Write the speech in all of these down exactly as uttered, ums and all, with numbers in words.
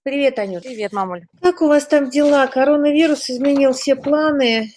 Привет, Анют. Привет, мамуль. Как у вас там дела? Коронавирус изменил все планы,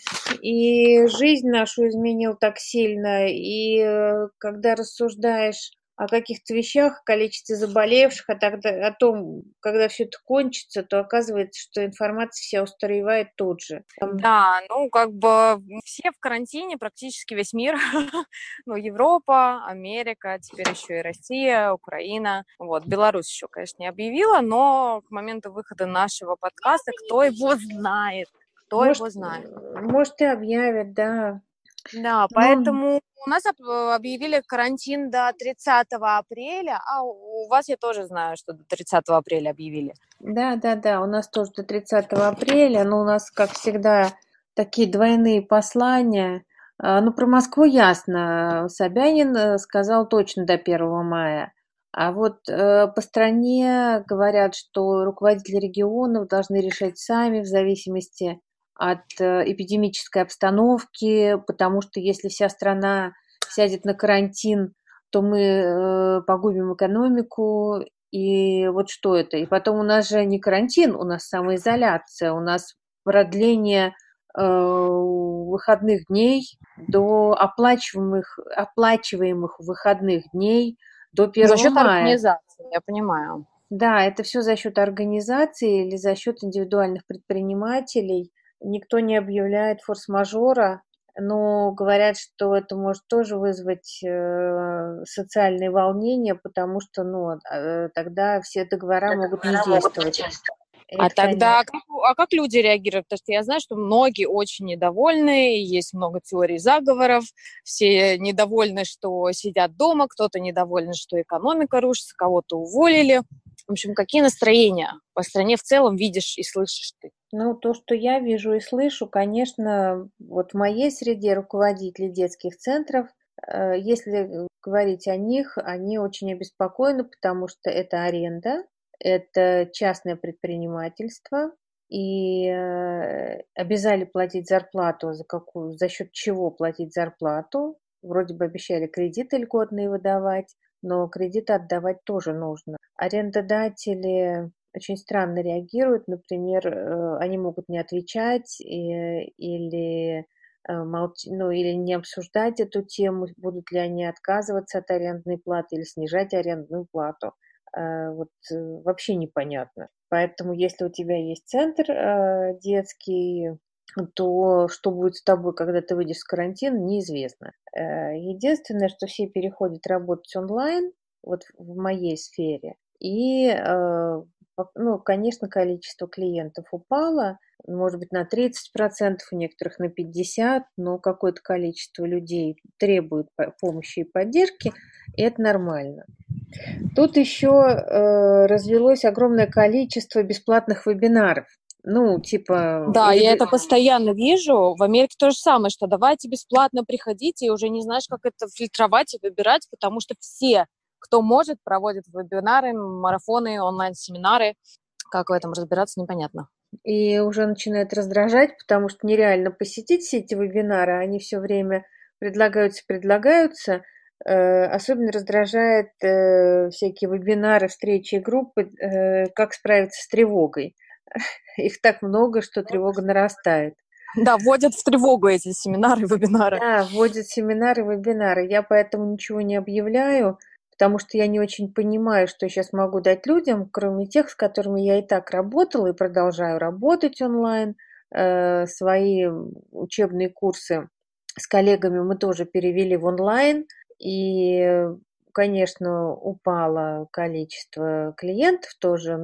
и жизнь нашу изменил так сильно. И э, когда рассуждаешь о каких-то вещах, о количестве заболевших, а тогда, о том, когда все это кончится, то оказывается, что информация вся устаревает тут же. Там, Да, ну, как бы все в карантине, практически весь мир. Ну, Европа, Америка, теперь еще и Россия, Украина. Вот, Беларусь еще, конечно, не объявила, но к моменту выхода нашего подкаста, кто его знает? Кто может, его знает? может, и объявят, да. Да, Ну, поэтому у нас об- объявили карантин до тридцатого апреля, а у у вас, я тоже знаю, что до тридцатого апреля объявили. да, да, да, у нас тоже до тридцатого апреля, но у нас, как всегда, такие двойные послания. А, Ну, про Москву ясно. Собянин э, сказал точно до первого мая. А вот э, по стране говорят, что руководители регионов должны решать сами в зависимости от э, эпидемической обстановки, потому что если вся страна сядет на карантин, то мы э, погубим экономику, и вот что это? И потом у нас же не карантин, у нас самоизоляция, у нас продление э, выходных дней до оплачиваемых, оплачиваемых выходных дней до За первого счет мая. организации, я понимаю. Да, это все за счет организации или за счет индивидуальных предпринимателей. Никто не объявляет форс-мажора, но говорят, что это может тоже вызвать э, социальные волнения, потому что, ну, э, тогда все договора могут не действовать. А Это, конечно. тогда как, а как люди реагируют? Потому что я знаю, что многие очень недовольны, есть много теорий заговоров, все недовольны, что сидят дома, кто-то недоволен, что экономика рушится, кого-то уволили. В общем, какие настроения по стране в целом видишь и слышишь ты? Ну, то, что я вижу и слышу, конечно, вот в моей среде руководителей детских центров, э, если говорить о них, они очень обеспокоены, потому что это аренда, это частное предпринимательство, и э, обязали платить зарплату, за какую, за счет чего платить зарплату. Вроде бы обещали кредиты льготные выдавать, но кредиты отдавать тоже нужно. Арендодатели очень странно реагируют. Например, э, они могут не отвечать э, или, э, молч- ну, или не обсуждать эту тему, будут ли они отказываться от арендной платы или снижать арендную плату. Э, Вот э, вообще непонятно. Поэтому, если у тебя есть центр э, детский, то что будет с тобой, когда ты выйдешь с карантина, неизвестно. Э, Единственное, что все переходят работать онлайн, вот в моей сфере, и э, ну, конечно, количество клиентов упало, может быть, на тридцать процентов, у некоторых на пятьдесят процентов, но какое-то количество людей требует помощи и поддержки, и это нормально. Тут еще э, развелось огромное количество бесплатных вебинаров. Ну, типа, Да, я веби- это постоянно вижу. В Америке то же самое, что давайте бесплатно приходите, и уже не знаешь, как это фильтровать и выбирать, потому что все, кто может, проводят вебинары, марафоны, онлайн-семинары. Как в этом разбираться, непонятно. и уже начинает раздражать, потому что нереально посетить все эти вебинары, они все время предлагаются, предлагаются. Э, Особенно раздражает э, всякие вебинары, встречи и группы, э, как справиться с тревогой. Их так много, что тревога нарастает. Да, вводят в тревогу эти семинары, вебинары. Да, вводят семинары, вебинары. Я поэтому ничего не объявляю, потому что я не очень понимаю, что я сейчас могу дать людям, кроме тех, с которыми я и так работала и продолжаю работать онлайн. Э, Свои учебные курсы с коллегами мы тоже перевели в онлайн. И, конечно, упало количество клиентов тоже,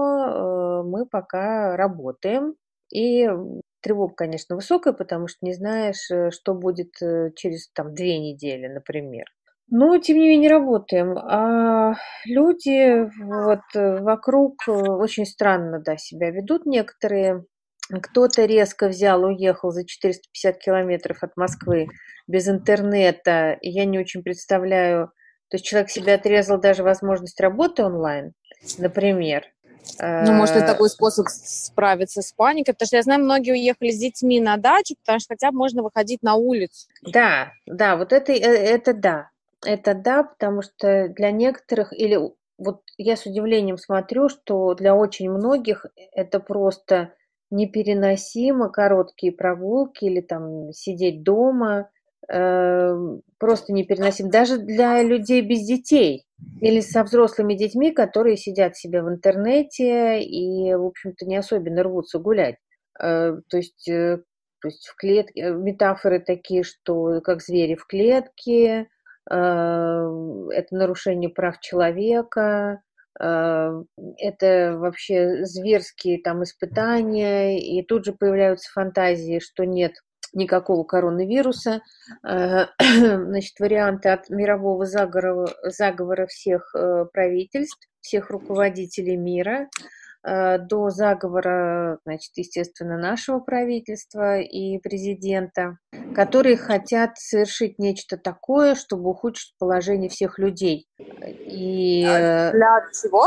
но э, мы пока работаем. И тревога, конечно, высокая, потому что не знаешь, э, что будет э, через там две недели, например. Но, тем не менее, работаем. А люди вот э, вокруг э, очень странно, да, себя ведут некоторые. Кто-то резко взял, уехал за четыреста пятьдесят километров от Москвы без интернета. И я не очень представляю, то есть человек себе отрезал даже возможность работы онлайн, например. Ну, может, это Э, такой способ с- справиться с паникой, потому что я знаю, многие уехали с детьми на дачу, потому что хотя бы можно выходить на улицу. Да, да, вот это, э, это да. Это да, потому что для некоторых или вот я с удивлением смотрю, что для очень многих это просто непереносимо короткие прогулки или там сидеть дома, э, просто непереносимо. Даже для людей без детей или со взрослыми детьми, которые сидят себе в интернете и, в общем-то, не особенно рвутся гулять. Э, то есть, э, то есть в клетке, э, метафоры такие, что как звери в клетке, э, это нарушение прав человека, э, это вообще зверские там испытания, и тут же появляются фантазии, что нет никакого коронавируса, э, значит, варианты от мирового заговора, заговора всех э, правительств, всех руководителей мира, э, до заговора, значит, естественно, нашего правительства и президента, которые хотят совершить нечто такое, чтобы ухудшить положение всех людей. И э, Для чего?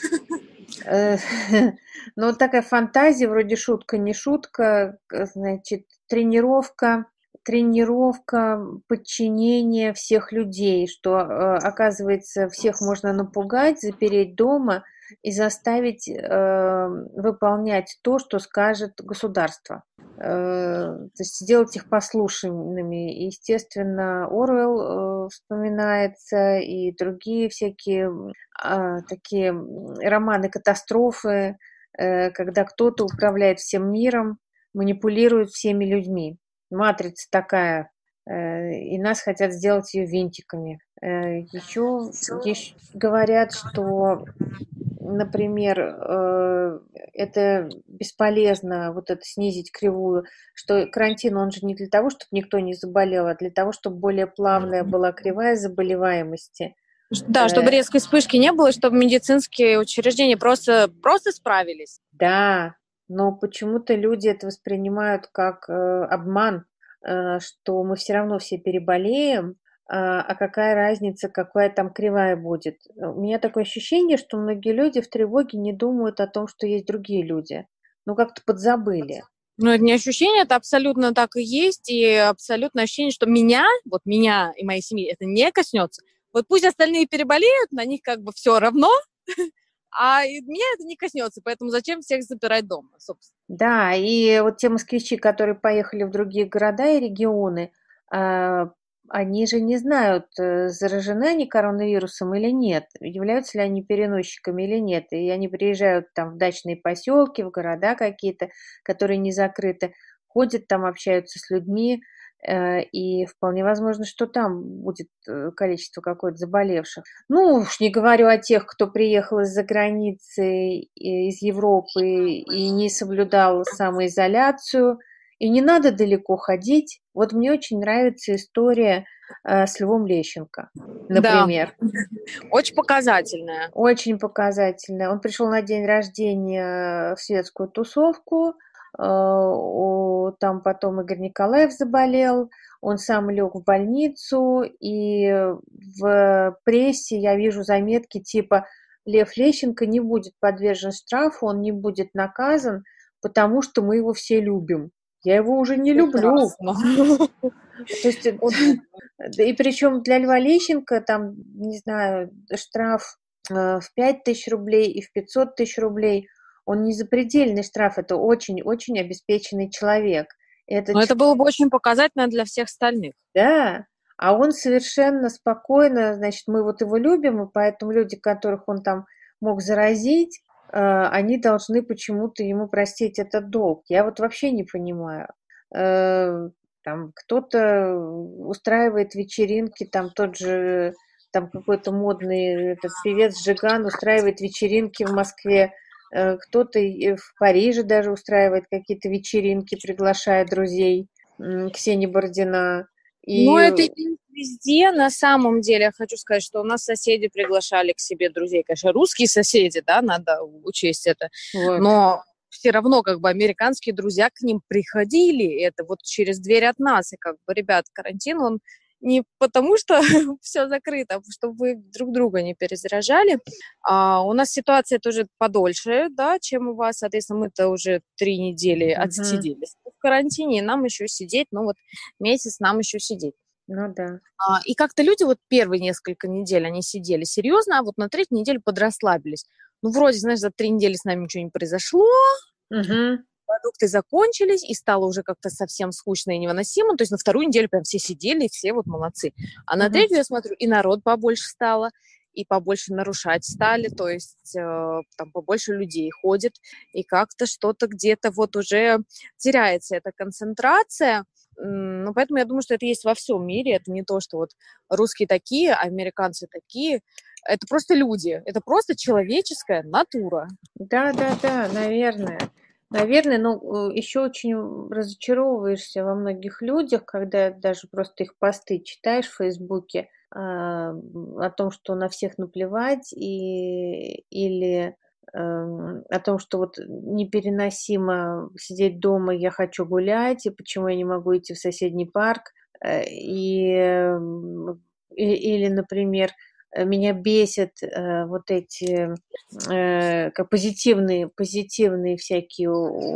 э, ну, вот такая фантазия, вроде шутка, не шутка, к- значит, тренировка, тренировка подчинения всех людей, что, э, оказывается, всех можно напугать, запереть дома и заставить э, выполнять то, что скажет государство. Э, то есть сделать их послушными. И, естественно, Оруэлл э, вспоминается и другие всякие а, такие романы-катастрофы, э, когда кто-то управляет всем миром, манипулирует всеми людьми. Матрица такая, э, и нас хотят сделать ее винтиками. Э, еще, еще говорят, что, например, э, это бесполезно, вот это снизить кривую, что карантин, он же не для того, чтобы никто не заболел, а для того, чтобы более плавная была кривая заболеваемости. Да, чтобы Э, резкой вспышки не было, чтобы медицинские учреждения просто, просто справились. Да, но почему-то люди это воспринимают как э, обман, э, что мы все равно все переболеем, а, а какая разница, какая там кривая будет. У меня такое ощущение, что многие люди в тревоге не думают о том, что есть другие люди. Ну, как-то подзабыли. Но это не ощущение, это абсолютно так и есть, и абсолютно ощущение, что меня, вот меня и моей семьи это не коснется. Вот пусть остальные переболеют, на них как бы все равно, а меня это не коснется, поэтому зачем всех запирать дома, собственно. Да, и вот те москвичи, которые поехали в другие города и регионы, а, они же не знают, э, заражены они коронавирусом или нет, являются ли они переносчиками или нет. И они приезжают там в дачные поселки, в города какие-то, которые не закрыты, ходят там, общаются с людьми, э, и вполне возможно, что там будет э, количество какое-то заболевших. Ну, уж не говорю о тех, кто приехал из-за границы, и из Европы и не соблюдал самоизоляцию. И не надо далеко ходить. Вот мне очень нравится история э, с Львом Лещенко, Да, например. очень показательная. Очень показательная. Он пришел на день рождения в светскую тусовку. э, о, Там потом Игорь Николаев заболел. Он сам лег в больницу. И в прессе я вижу заметки типа «Лев Лещенко не будет подвержен штрафу, он не будет наказан, потому что мы его все любим». Я его уже не люблю. Прекрасно. То есть, э, да, и причем для Льва Лещенко там, не знаю, штраф э, в пять тысяч рублей и в пятьсот тысяч рублей, он не запредельный штраф, это очень-очень обеспеченный человек. Это, Но это было бы очень показательно для всех остальных. да, а он совершенно спокойно, значит, мы вот его любим, и поэтому люди, которых он там мог заразить, э, они должны почему-то ему простить этот долг. Я вот вообще не понимаю. Э, Там кто-то устраивает вечеринки, там тот же, там какой-то модный этот певец Жиган устраивает вечеринки в Москве, э, кто-то и в Париже даже устраивает какие-то вечеринки, приглашая друзей, м, Ксения Бородина. Но И это есть везде, на самом деле. Я хочу сказать, что у нас соседи приглашали к себе друзей. Конечно, русские соседи, да, надо учесть это. вот, Но все равно, как бы, американские друзья к ним приходили. Это вот через дверь от нас. И, как бы, ребят, карантин, он не потому, что все закрыто, а чтобы вы друг друга не перезаражали. А у нас ситуация тоже подольше, да, чем у вас. Соответственно, мы-то уже три недели мгм. отсиделись в карантине, и нам еще сидеть, ну вот месяц нам еще сидеть. Ну да. А, и как-то люди вот первые несколько недель они сидели серьезно, а вот на третью неделю подрасслабились. Ну, вроде, знаешь, за три недели с нами ничего не произошло, Мгм. продукты закончились, и стало уже как-то совсем скучно и невыносимо. То есть на вторую неделю прям все сидели, и все вот молодцы. А на Мгм. третью, я смотрю, и народ побольше стало, и побольше нарушать стали, то есть э, там побольше людей ходит, и как-то что-то где-то вот уже теряется эта концентрация. М, Ну, поэтому я думаю, что это есть во всем мире. Это не то, что вот русские такие, а американцы такие. Это просто люди. Это просто человеческая натура. Да-да-да, наверное. Наверное, но, э, еще очень разочаровываешься во многих людях, когда даже просто их посты читаешь в "Фейсбуке", а, м, о том, что на всех наплевать, и или, эм, о том, что вот непереносимо сидеть дома, я хочу гулять, и почему я не могу идти в соседний парк. Э, и, эм, и или, например, э, меня бесят, э, вот эти э, как позитивные позитивные всякие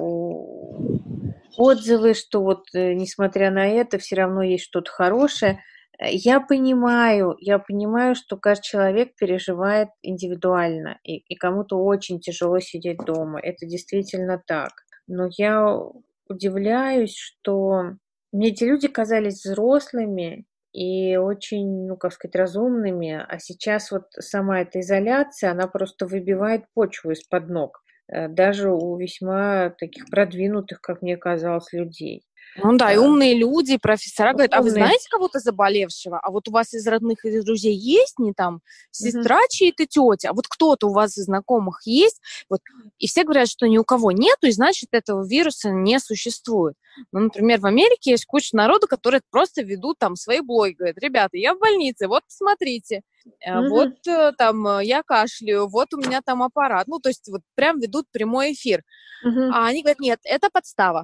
о отзывы, что вот, э, несмотря на это, все равно есть что-то хорошее. Э, я понимаю, я понимаю, что каждый человек переживает индивидуально, и и кому-то очень тяжело сидеть дома. Это действительно так. Но я удивляюсь, что мне эти люди казались взрослыми и очень, ну, как сказать, разумными, а сейчас вот сама эта изоляция, она просто выбивает почву из-под ног, э, даже у весьма таких продвинутых, как мне казалось, людей. Ну да, и А, умные люди, профессора говорят: "А вы умные. знаете кого-то заболевшего? А вот у вас из родных или друзей есть не там Мгм. сестра чьей-то тети, а вот кто-то у вас из знакомых есть?" Вот. И все говорят, что ни у кого нету, и значит, этого вируса не существует. Ну, например, в Америке есть куча народу, которые просто ведут там свои блоги, говорят: "Ребята, я в больнице, вот посмотрите, э, вот Мгм. э, там э, я кашляю, вот у меня там аппарат". Ну, то есть вот прям ведут прямой эфир. Мгм. А они говорят: "Нет, это подстава".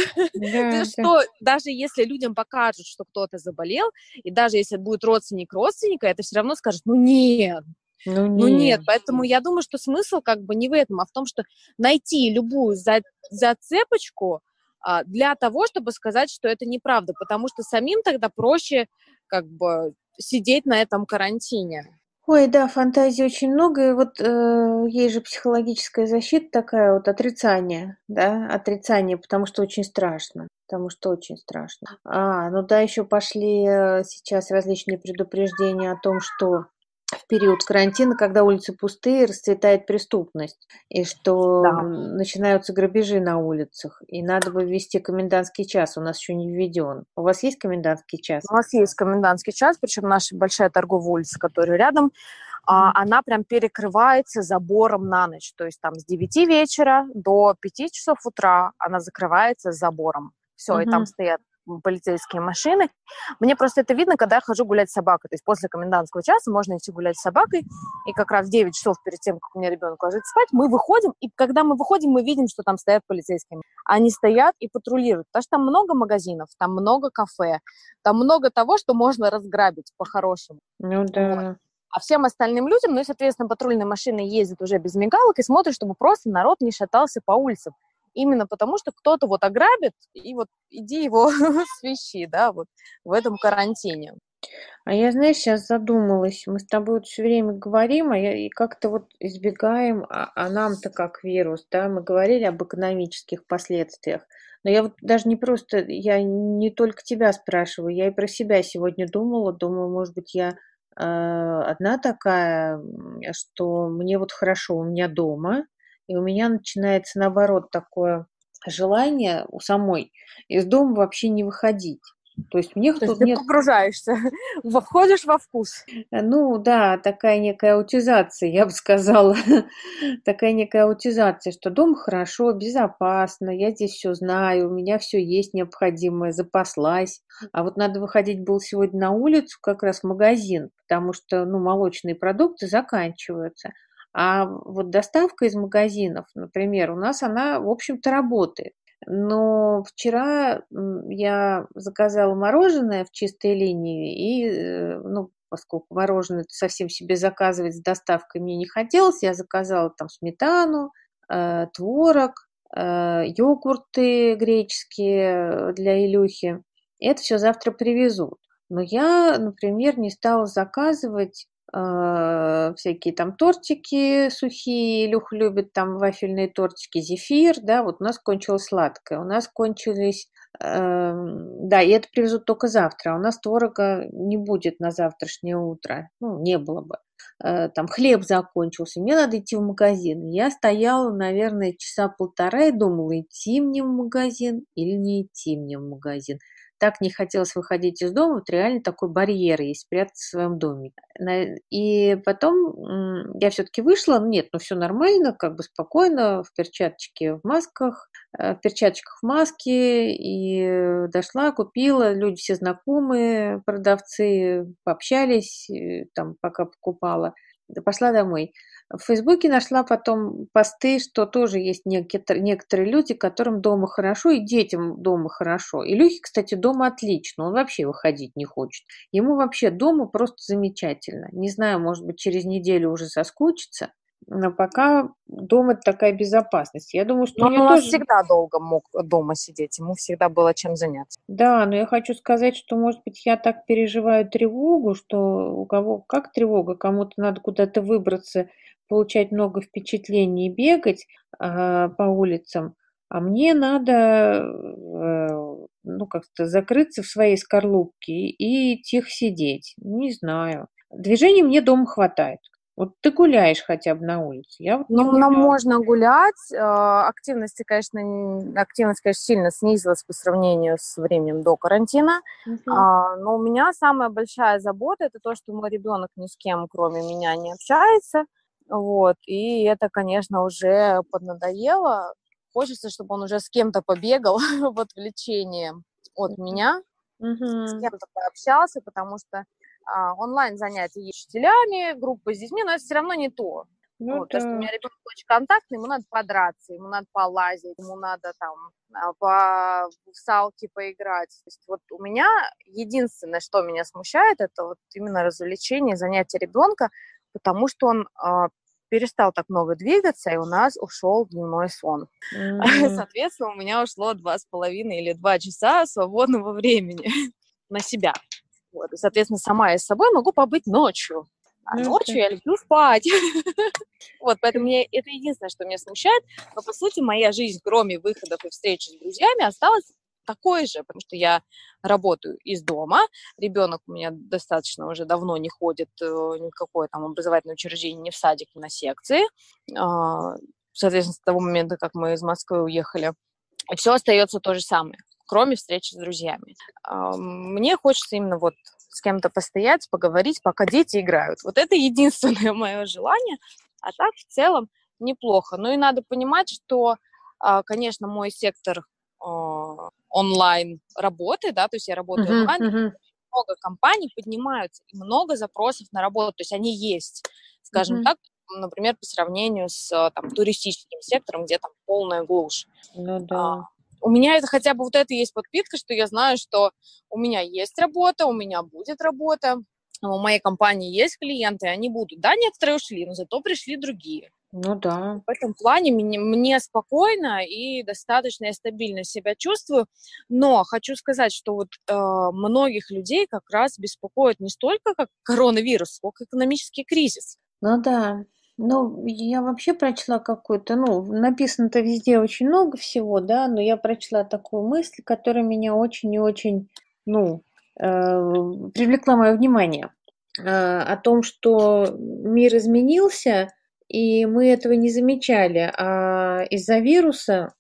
Да, То да. что даже если людям покажут, что кто-то заболел, и даже если будет родственник родственника, это все равно скажет: "Ну нет, Ну ну нет". не. Поэтому я думаю, что смысл как бы не в этом, а в том, что найти любую за зацепочку, а, для того, чтобы сказать, что это неправда, потому что самим тогда проще как бы сидеть на этом карантине. Ой, да, фантазий очень много. И вот, э, есть же психологическая защита такая вот, отрицание, да, отрицание, потому что очень страшно, потому что очень страшно. А, ну да, еще пошли, э, сейчас различные предупреждения о том, что в период карантина, когда улицы пустые, расцветает преступность, и что Да. м, начинаются грабежи на улицах, и надо бы ввести комендантский час, у нас еще не введен. У вас есть комендантский час? У нас есть комендантский час, причем наша большая торговая улица, которая рядом, а, Мгм. она прям перекрывается забором на ночь. То есть там с девяти вечера до пяти часов утра она закрывается забором. Все, и там Мгм. стоят м, полицейские машины. Мне просто это видно, когда я хожу гулять с собакой. То есть после комендантского часа можно идти гулять с собакой. И как раз в девять часов перед тем, как у меня ребенок ложится спать, мы выходим. И когда мы выходим, мы видим, что там стоят полицейские. Они стоят и патрулируют. Потому что там много магазинов, там много кафе, там много того, что можно разграбить по-хорошему. Ну Вот. да. А всем остальным людям, ну и, соответственно, патрульные машины ездят уже без мигалок и смотрят, чтобы просто народ не шатался по улицам. Именно потому, что кто-то вот ограбит, и вот иди его свищи, да, вот в этом карантине. А я, знаешь, сейчас задумалась. Мы с тобой вот все время говорим, а я и как-то вот избегаем, а, а нам-то как вирус, да? Мы говорили об экономических последствиях. Но я вот даже не просто, я не только тебя спрашиваю, я и про себя сегодня думала. Думаю, может быть, я э, одна такая, м, что мне вот хорошо у меня дома, и у меня начинается, наоборот, такое желание у самой из дома вообще не выходить. То есть мне То есть тут ты нет. погружаешься, входишь во вкус. Э, ну да, такая некая аутизация, я бы сказала. Такая некая аутизация, что дома хорошо, безопасно, я здесь все знаю, у меня все есть необходимое, запаслась. А вот надо выходить было сегодня на улицу, как раз в магазин, потому что, ну, молочные продукты заканчиваются. А вот доставка из магазинов, например, у нас она, в общем-то, работает. Но вчера, м, я заказала мороженое в "Чистой линии", и, э, ну, поскольку мороженое совсем себе заказывать с доставкой мне не хотелось, я заказала там сметану, э, творог, э, йогурты греческие, э, для Илюхи. Это все завтра привезут. Но я, например, не стала заказывать э, всякие там тортики сухие. Илюха любит там вафельные тортики, зефир, да, вот у нас кончилось сладкое. У нас кончились, эм, да, и это привезут только завтра. А у нас творога не будет на завтрашнее утро. Ну, не было бы. Э, там хлеб закончился, мне надо идти в магазин. Я стояла, наверное, часа полтора и думала, идти мне в магазин или не идти мне в магазин. Так не хотелось выходить из дома, вот реально такой барьер есть, спрятаться в своем доме. И потом я все-таки вышла, нет, ну все нормально, как бы спокойно, в перчаточке, в масках, в перчаточках, в маске, и дошла, купила, люди все знакомые, продавцы, пообщались, там, пока покупала, пошла домой. В Фейсбуке нашла потом посты, что тоже есть некоторые, некоторые люди, которым дома хорошо, и детям дома хорошо. Илюхе, кстати, дома отлично, он вообще выходить не хочет. Ему вообще дома просто замечательно. Не знаю, может быть, через неделю уже соскучится, но пока дома это такая безопасность. Я думаю, что Но у он нее у нас тоже... всегда долго мог дома сидеть, ему всегда было чем заняться. Да, но я хочу сказать, что, может быть, я так переживаю тревогу, что у кого как тревога, кому-то надо куда-то выбраться, получать много впечатлений и бегать а, по улицам, а мне надо, э, ну, как-то закрыться в своей скорлупке и тихо сидеть. Не знаю. Движений мне дома хватает. Вот ты гуляешь хотя бы на улице. Я вот не Ну, нам гуляю. можно гулять. э, Активности, конечно, н- активность, конечно, сильно снизилась по сравнению с временем до карантина. Мгм. А, Но у меня самая большая забота – это то, что мой ребенок ни с кем, кроме меня, не общается. Вот. И это, конечно, уже поднадоело. Хочется, чтобы он уже с кем-то побегал в отвлечение от меня, с Мгм. кем-то пообщался, потому что а, онлайн занятия есть с учителями, группы с детьми, но это все равно не то. Ну Вот, потому да. что у меня ребенок очень контактный, ему надо подраться, ему надо полазить, ему надо там а, по в салки поиграть. То есть вот у меня единственное, что меня смущает, это вот именно развлечение, занятие ребенка, потому что он а, перестал так много двигаться, и у нас ушел дневной сон. М. Соответственно, у меня ушло два с половиной или два часа свободного времени на себя. Вот. И, соответственно, сама я с собой могу побыть ночью. А Ну да. ночью я люблю спать. Вот, поэтому мне это единственное, что меня смущает. Но, по сути, моя жизнь, кроме выходов и встреч с друзьями, осталась такой же, потому что я работаю из дома, ребенок у меня достаточно уже давно не ходит э, ни в какое там образовательное учреждение, ни в садик, ни на секции. А, Соответственно, с того момента, как мы из Москвы уехали, и все остается то же самое, кроме встречи с друзьями. А, Мне хочется именно вот с кем-то постоять, поговорить, пока дети играют. Вот это единственное мое желание. А так в целом неплохо. Ну и надо понимать, что, а, конечно, мой сектор а, онлайн работы, да, то есть я работаю Мгм, онлайн, и мгм, много компаний поднимаются, и много запросов на работу, то есть они есть, скажем мгм. так, например, по сравнению с там, туристическим сектором, где там полная глушь. Ну да. А, У меня это хотя бы вот это есть подпитка, что я знаю, что у меня есть работа, у меня будет работа, у моей компании есть клиенты, они будут. Да, некоторые ушли, но зато пришли другие. Ну да. В этом плане мне, мне спокойно и достаточно я стабильно себя чувствую. Но хочу сказать, что вот э, многих людей как раз беспокоит не столько как коронавирус, сколько экономический кризис. Ну да. Ну, я вообще прочла какую-то, ну, написано-то везде очень много всего, да, но я прочла такую мысль, которая меня очень и очень, ну, э, привлекла мое внимание. Э, о том, что мир изменился, и мы этого не замечали, а из-за вируса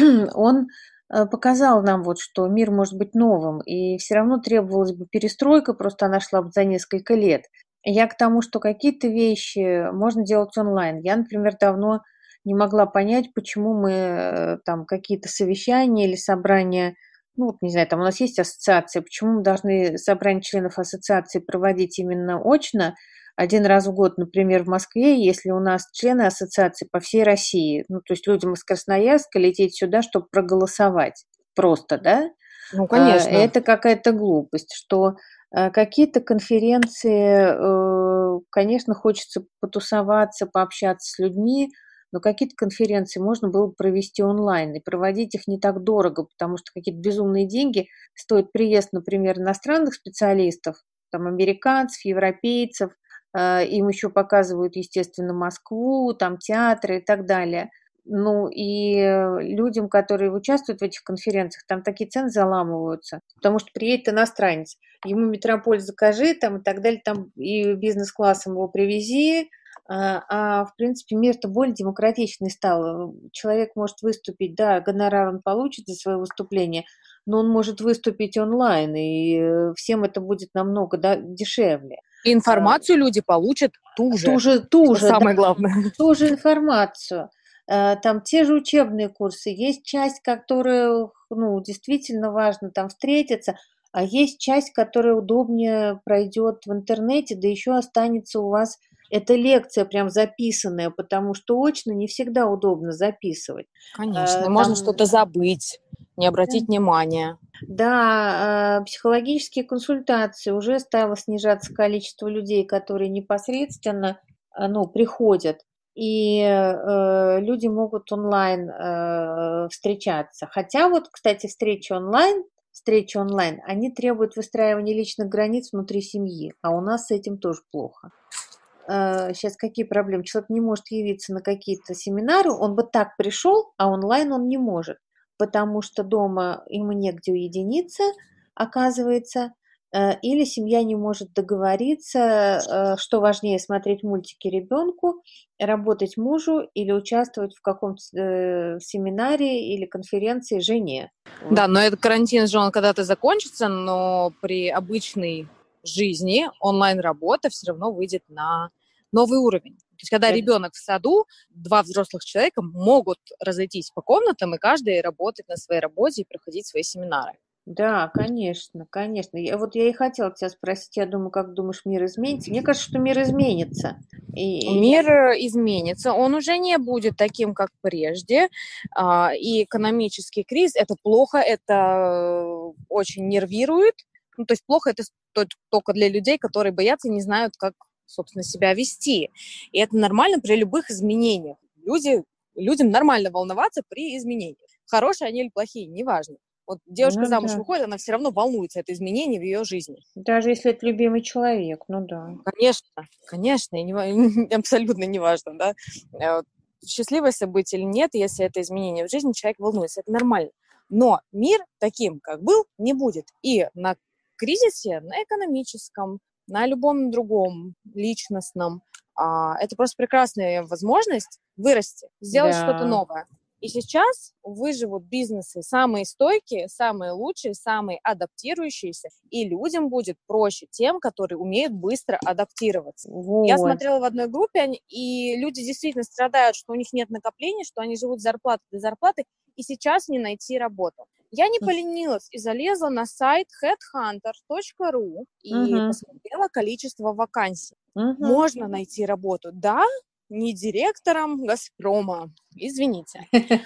он э, показал нам вот, что мир может быть новым, и все равно требовалась бы перестройка, просто она шла бы за несколько лет. Я к тому, что какие-то вещи можно делать онлайн. Я, например, давно не могла понять, почему мы э, там какие-то совещания или собрания, ну, вот, не знаю, там у нас есть ассоциация, почему мы должны собрание членов ассоциации проводить именно очно один раз в год, например, в Москве, если у нас члены ассоциации по всей России, ну, то есть людям из Красноярска лететь сюда, чтобы проголосовать просто, да? Ну, А, конечно. это какая-то глупость, что а, какие-то конференции, э, конечно, хочется потусоваться, пообщаться с людьми, но какие-то конференции можно было бы провести онлайн, и проводить их не так дорого, потому что какие-то безумные деньги стоит приезд, например, иностранных специалистов, там, американцев, европейцев, э, им еще показывают, естественно, Москву, там, театры и так далее. Ну, и людям, которые участвуют в этих конференциях, там такие цены заламываются, потому что приедет иностранец, ему метрополь закажи, там, и так далее, там, и бизнес-классом его привези, а, а в принципе мир-то более демократичный стал. Человек может выступить, да, гонорар он получит за свое выступление, но он может выступить онлайн, и всем это будет намного, да, дешевле. И информацию а, люди получат ту же, ту же, ту же, самое да, главное. Ту же информацию. Там те же учебные курсы, есть часть, которая, ну, действительно важно там встретиться, а есть часть, которая удобнее пройдет в интернете, да еще останется у вас эта лекция прям записанная, потому что очно не всегда удобно записывать. Конечно, там, можно что-то забыть, не обратить да, внимания. Да, психологические консультации, уже стало снижаться количество людей, которые непосредственно, ну, приходят. И э, люди могут онлайн э, встречаться. Хотя вот, кстати, встречи онлайн, встречи онлайн, они требуют выстраивания личных границ внутри семьи, а у нас с этим тоже плохо. Э, сейчас какие проблемы? Человек не может явиться на какие-то семинары, он бы так пришел, а онлайн он не может, потому что дома ему негде уединиться, оказывается, или семья не может договориться, что важнее, смотреть мультики ребенку, работать мужу или участвовать в каком-то семинаре или конференции жене. Да, но этот карантин же, он когда-то закончится, но при обычной жизни онлайн-работа все равно выйдет на новый уровень. То есть, когда да. ребенок в саду, два взрослых человека могут разойтись по комнатам и каждый работать на своей работе и проходить свои семинары. Да, конечно, конечно. Я, вот я и хотела тебя спросить, я думаю, как думаешь, мир изменится? Мне кажется, что мир изменится. И... Мир изменится, он уже не будет таким, как прежде. И экономический кризис – это плохо, это очень нервирует. Ну, то есть плохо это только для людей, которые боятся и не знают, как, собственно, себя вести. И это нормально при любых изменениях. Люди, людям нормально волноваться при изменениях. Хорошие они или плохие, неважно. Вот девушка ну, замуж да. выходит, она все равно волнуется, это изменение в ее жизни. Даже если это любимый человек, ну да. Конечно, конечно, и не, абсолютно неважно, да. Счастливое событие или нет, если это изменение в жизни, человек волнуется, это нормально. Но мир таким, как был, не будет. И на кризисе, на экономическом, на любом другом, личностном, это просто прекрасная возможность вырасти, сделать да. что-то новое. И сейчас выживут бизнесы самые стойкие, самые лучшие, самые адаптирующиеся, и людям будет проще тем, которые умеют быстро адаптироваться. Вот. Я смотрела в одной группе, и люди действительно страдают, что у них нет накоплений, что они живут с зарплаты до зарплаты, и сейчас не найти работу. Я не поленилась и залезла на сайт хедхантер точка ру и uh-huh. посмотрела количество вакансий. Uh-huh. Можно найти работу, да, не директором «Газпрома», извините.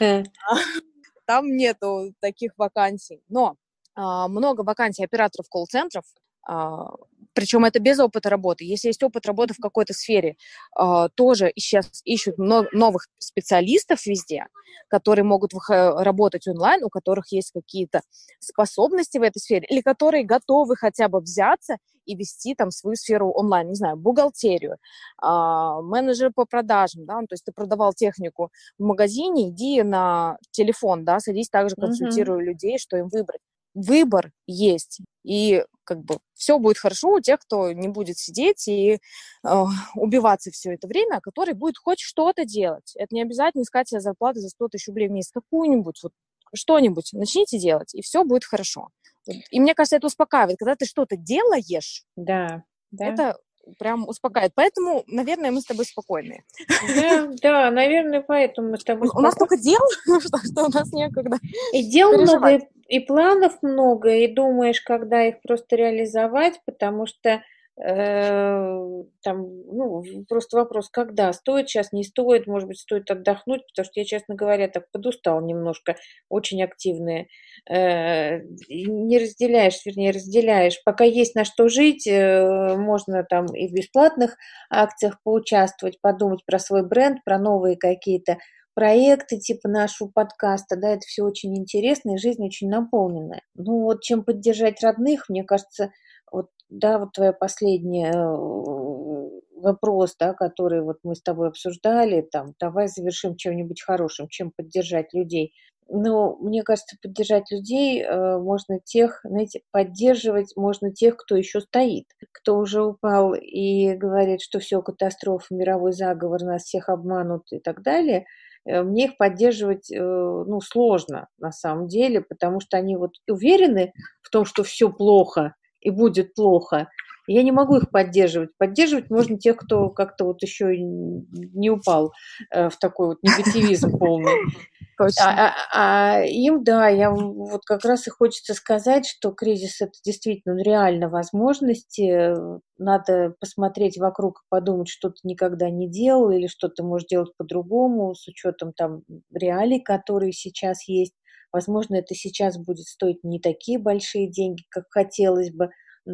Там нету таких вакансий. Но а, много вакансий операторов колл-центров, а, причем это без опыта работы. Если есть опыт работы в какой-то сфере, а, тоже сейчас ищут много новых специалистов везде, которые могут работать онлайн, у которых есть какие-то способности в этой сфере, или которые готовы хотя бы взяться и вести там свою сферу онлайн, не знаю, бухгалтерию, а, менеджер по продажам, да, ну, то есть ты продавал технику в магазине, иди на телефон, да, садись, также консультируй mm-hmm. людей, что им выбрать. Выбор есть, и как бы все будет хорошо у тех, кто не будет сидеть и э, убиваться все это время, а который будет хоть что-то делать. Это не обязательно искать себе зарплату за сто тысяч рублей в месяц, какую-нибудь, вот что-нибудь начните делать, и все будет хорошо. И мне кажется, это успокаивает. Когда ты что-то делаешь, да, да. это прям успокаивает. Поэтому, наверное, мы с тобой спокойные. Да, да, наверное, поэтому мы с тобой спокойны. У нас только дел, что, что у нас некогда. И дел много, и, и планов много, и думаешь, когда их просто реализовать, потому что Э, там, ну, просто вопрос, когда? Стоит сейчас, не стоит, может быть, стоит отдохнуть, потому что я, честно говоря, так подустала немножко, очень активная. Э, и не разделяешь, вернее, разделяешь. Пока есть на что жить, э, можно там и в бесплатных акциях поучаствовать, подумать про свой бренд, про новые какие-то проекты типа нашего подкаста, да, это все очень интересно, и жизнь очень наполненная. Ну вот чем поддержать родных, мне кажется, вот, да, вот твоя последняя э, вопрос, да, который вот мы с тобой обсуждали, там, давай завершим чем-нибудь хорошим, чем поддержать людей. Но мне кажется, поддержать людей э, можно тех, знаете, поддерживать можно тех, кто еще стоит, кто уже упал и говорит, что все, катастрофа, мировой заговор, нас всех обманут и так далее. Э, Мне их поддерживать, э, ну, сложно на самом деле, потому что они вот уверены в том, что все плохо, и будет плохо. Я не могу их поддерживать. Поддерживать можно тех, кто как-то вот еще не упал э, в такой вот негативизм полный. Точно. А, а- а им, да, я вот как раз и хочется сказать, что кризис это действительно ну, реально возможности. Надо посмотреть вокруг и подумать, что ты никогда не делал или что ты можешь делать по-другому с учетом там реалий, которые сейчас есть. Возможно, это сейчас будет стоить не такие большие деньги, как хотелось бы,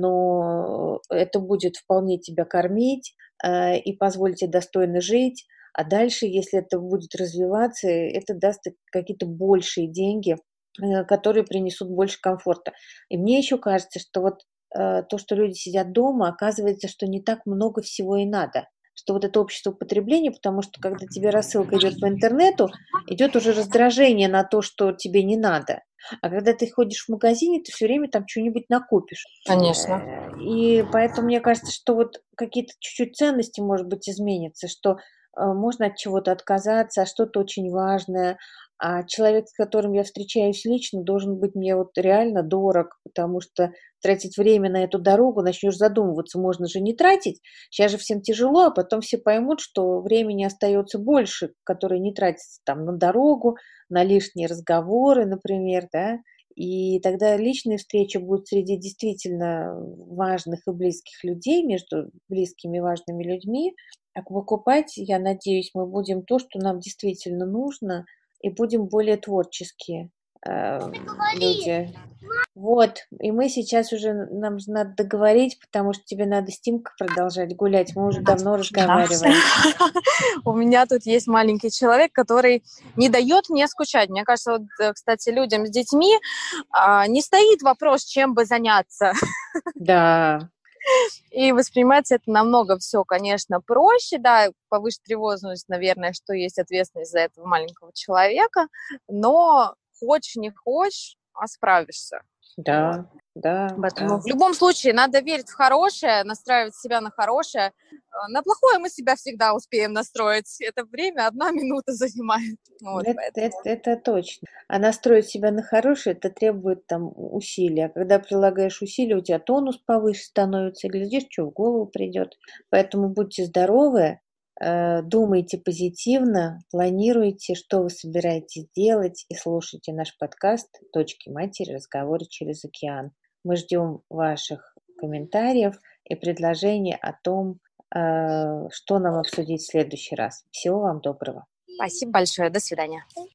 но это будет вполне тебя кормить э, и позволить тебе достойно жить. А дальше, если это будет развиваться, это даст какие-то большие деньги, э, которые принесут больше комфорта. И мне еще кажется, что вот э, то, что люди сидят дома, оказывается, что не так много всего и надо. Что вот это общество потребления, потому что когда тебе рассылка идет по интернету, идет уже раздражение на то, что тебе не надо. А когда ты ходишь в магазине, ты все время там что-нибудь накупишь. Конечно. Э, И поэтому мне кажется, что вот какие-то чуть-чуть ценности, может быть, изменятся, что э, можно от чего-то отказаться, а что-то очень важное. А человек, с которым я встречаюсь лично, должен быть мне вот реально дорог, потому что тратить время на эту дорогу, начнешь задумываться, можно же не тратить. Сейчас же всем тяжело, а потом все поймут, что времени остается больше, которое не тратится там на дорогу, на лишние разговоры, например, да. И тогда личные встречи будут среди действительно важных и близких людей, между близкими и важными людьми. А покупать, я надеюсь, мы будем то, что нам действительно нужно, и будем более творческие э, люди. Вот, и мы сейчас уже, нам же надо договорить, потому что тебе надо с Тимкой продолжать гулять. Мы уже давно Да. разговариваем. У меня тут есть маленький человек, который не дает мне скучать. Мне кажется, вот, э, кстати, людям с детьми а, не стоит вопрос, чем бы заняться. Да, И воспринимается это намного все, конечно, проще, да, повыше тревожность, наверное, что есть ответственность за этого маленького человека, но хочешь, не хочешь, а справишься. Вот. да, да, Поэтому да. в любом случае надо верить в хорошее, настраивать себя на хорошее. Э, На плохое мы себя всегда успеем настроить. Это время одна минута занимает. Вот, Это, это, поэтому это точно. А настроить себя на хорошее, это требует там усилия. А когда прилагаешь усилия, у тебя тонус повыше становится, и глядишь, что в голову придет. Поэтому будьте здоровы, э, думайте позитивно, планируйте, что вы собираетесь делать, и слушайте наш подкаст «Дочки матери. Разговоры через океан». Мы ждем ваших комментариев и предложений о том, э, что нам обсудить в следующий раз. Всего вам доброго. спасибо большое. До свидания.